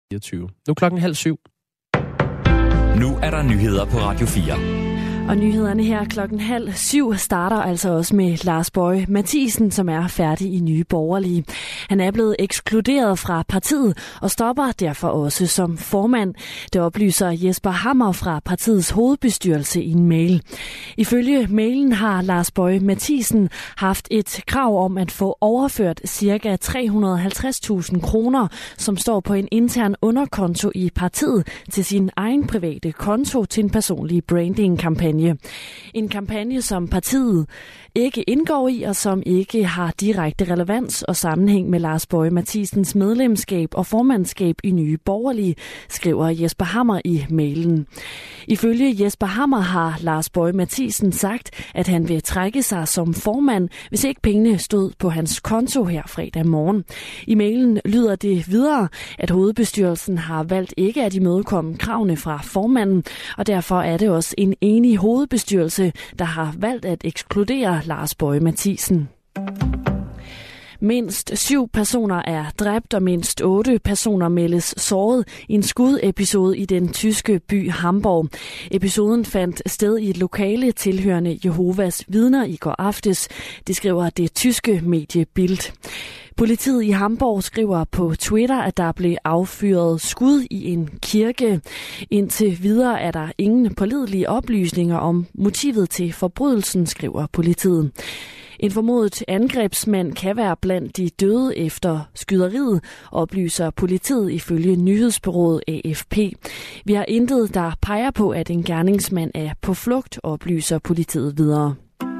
24. Nu klokken 6:30. Nu er der nyheder på Radio 4. Og nyhederne her klokken 6:30 starter altså også med Lars Boje Mathiesen, som er færdig i Nye Borgerlige. Han er blevet ekskluderet fra partiet og stopper derfor også som formand. Det oplyser Jesper Hammer fra partiets hovedbestyrelse i en mail. Ifølge mailen har Lars Boje Mathiesen haft et krav om at få overført ca. 350.000 kroner, som står på en intern underkonto i partiet, til sin egen private konto til en personlig branding-kampagne. En kampagne, som partiet ikke indgår i, og som ikke har direkte relevans og sammenhæng med Lars Boje Mathiesens medlemskab og formandskab i Nye Borgerlige, skriver Jesper Hammer i mailen. Ifølge Jesper Hammer har Lars Boje Mathiesen sagt, at han vil trække sig som formand, hvis ikke pengene stod på hans konto her fredag morgen. I mailen lyder det videre, at hovedbestyrelsen har valgt ikke at imødekomme kravene fra formanden, og derfor er det også en enig hovedbestyrelse, der har valgt at ekskludere Lars Boje Mathiesen. Mindst 7 personer er dræbt, og mindst 8 personer meldes såret i en skudepisode i den tyske by Hamburg. Episoden fandt sted i et lokale tilhørende Jehovas vidner i går aftes. Det skriver det tyske medie Bild. Politiet i Hamburg skriver på Twitter, at der blev affyret skud i en kirke. Indtil videre er der ingen pålidelige oplysninger om motivet til forbrydelsen, skriver politiet. En formodet angrebsmand kan være blandt de døde efter skyderiet, oplyser politiet ifølge nyhedsbureauet AFP. Vi har intet, der peger på, at en gerningsmand er på flugt, oplyser politiet videre.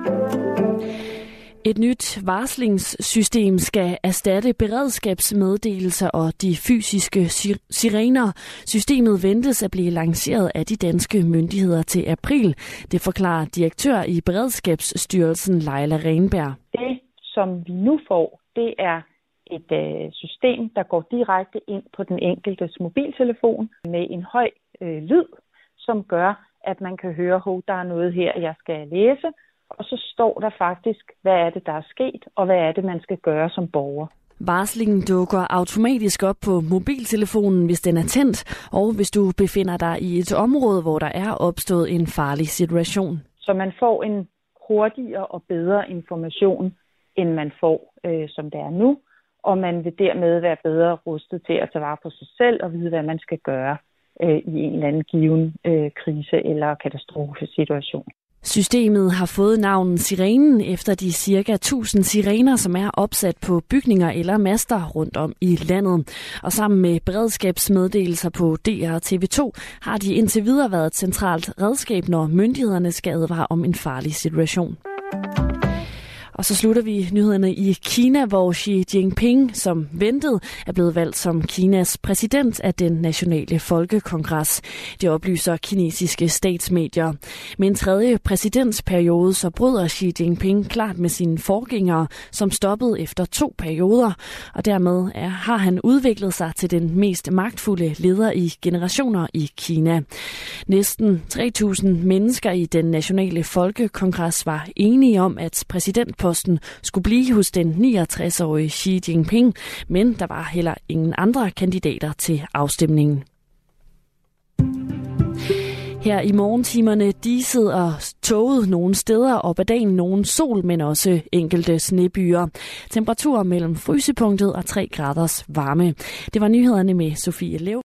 Et nyt varslingssystem skal erstatte beredskabsmeddelelser og de fysiske sirener. Systemet ventes at blive lanceret af de danske myndigheder til april. Det forklarer direktør i Beredskabsstyrelsen Leila Renberg. Det, som vi nu får, det er et system, der går direkte ind på den enkeltes mobiltelefon med en høj lyd, som gør, at man kan høre, at der er noget her, jeg skal læse. Og så står der faktisk, hvad er det, der er sket, og hvad er det, man skal gøre som borger. Varslingen dukker automatisk op på mobiltelefonen, hvis den er tændt, og hvis du befinder dig i et område, hvor der er opstået en farlig situation. Så man får en hurtigere og bedre information, end man får, som det er nu. Og man vil dermed være bedre rustet til at tage vare på sig selv og vide, hvad man skal gøre i en eller anden given krise eller katastrofesituation. Systemet har fået navnet Sirenen efter de ca. 1000 sirener, som er opsat på bygninger eller master rundt om i landet. Og sammen med beredskabsmeddelelser på DR og TV2 har de indtil videre været et centralt redskab, når myndighederne skal advare om en farlig situation. Og så slutter vi nyhederne i Kina, hvor Xi Jinping, som ventet, er blevet valgt som Kinas præsident af den nationale folkekongres. Det oplyser kinesiske statsmedier. Med en tredje præsidentsperiode, så bryder Xi Jinping klart med sine forgængere, som stoppede efter 2 perioder. Og dermed har han udviklet sig til den mest magtfulde leder i generationer i Kina. Næsten 3.000 mennesker i den nationale folkekongres var enige om, at præsidentposten skulle blive hos den 69-årige Xi Jinping, men der var heller ingen andre kandidater til afstemningen. Her i morgentimerne disede og tåget nogle steder, og på dagen nogle sol, men også enkelte snebyer. Temperaturer mellem frysepunktet og 3 graders varme. Det var nyhederne med Sofie Lev.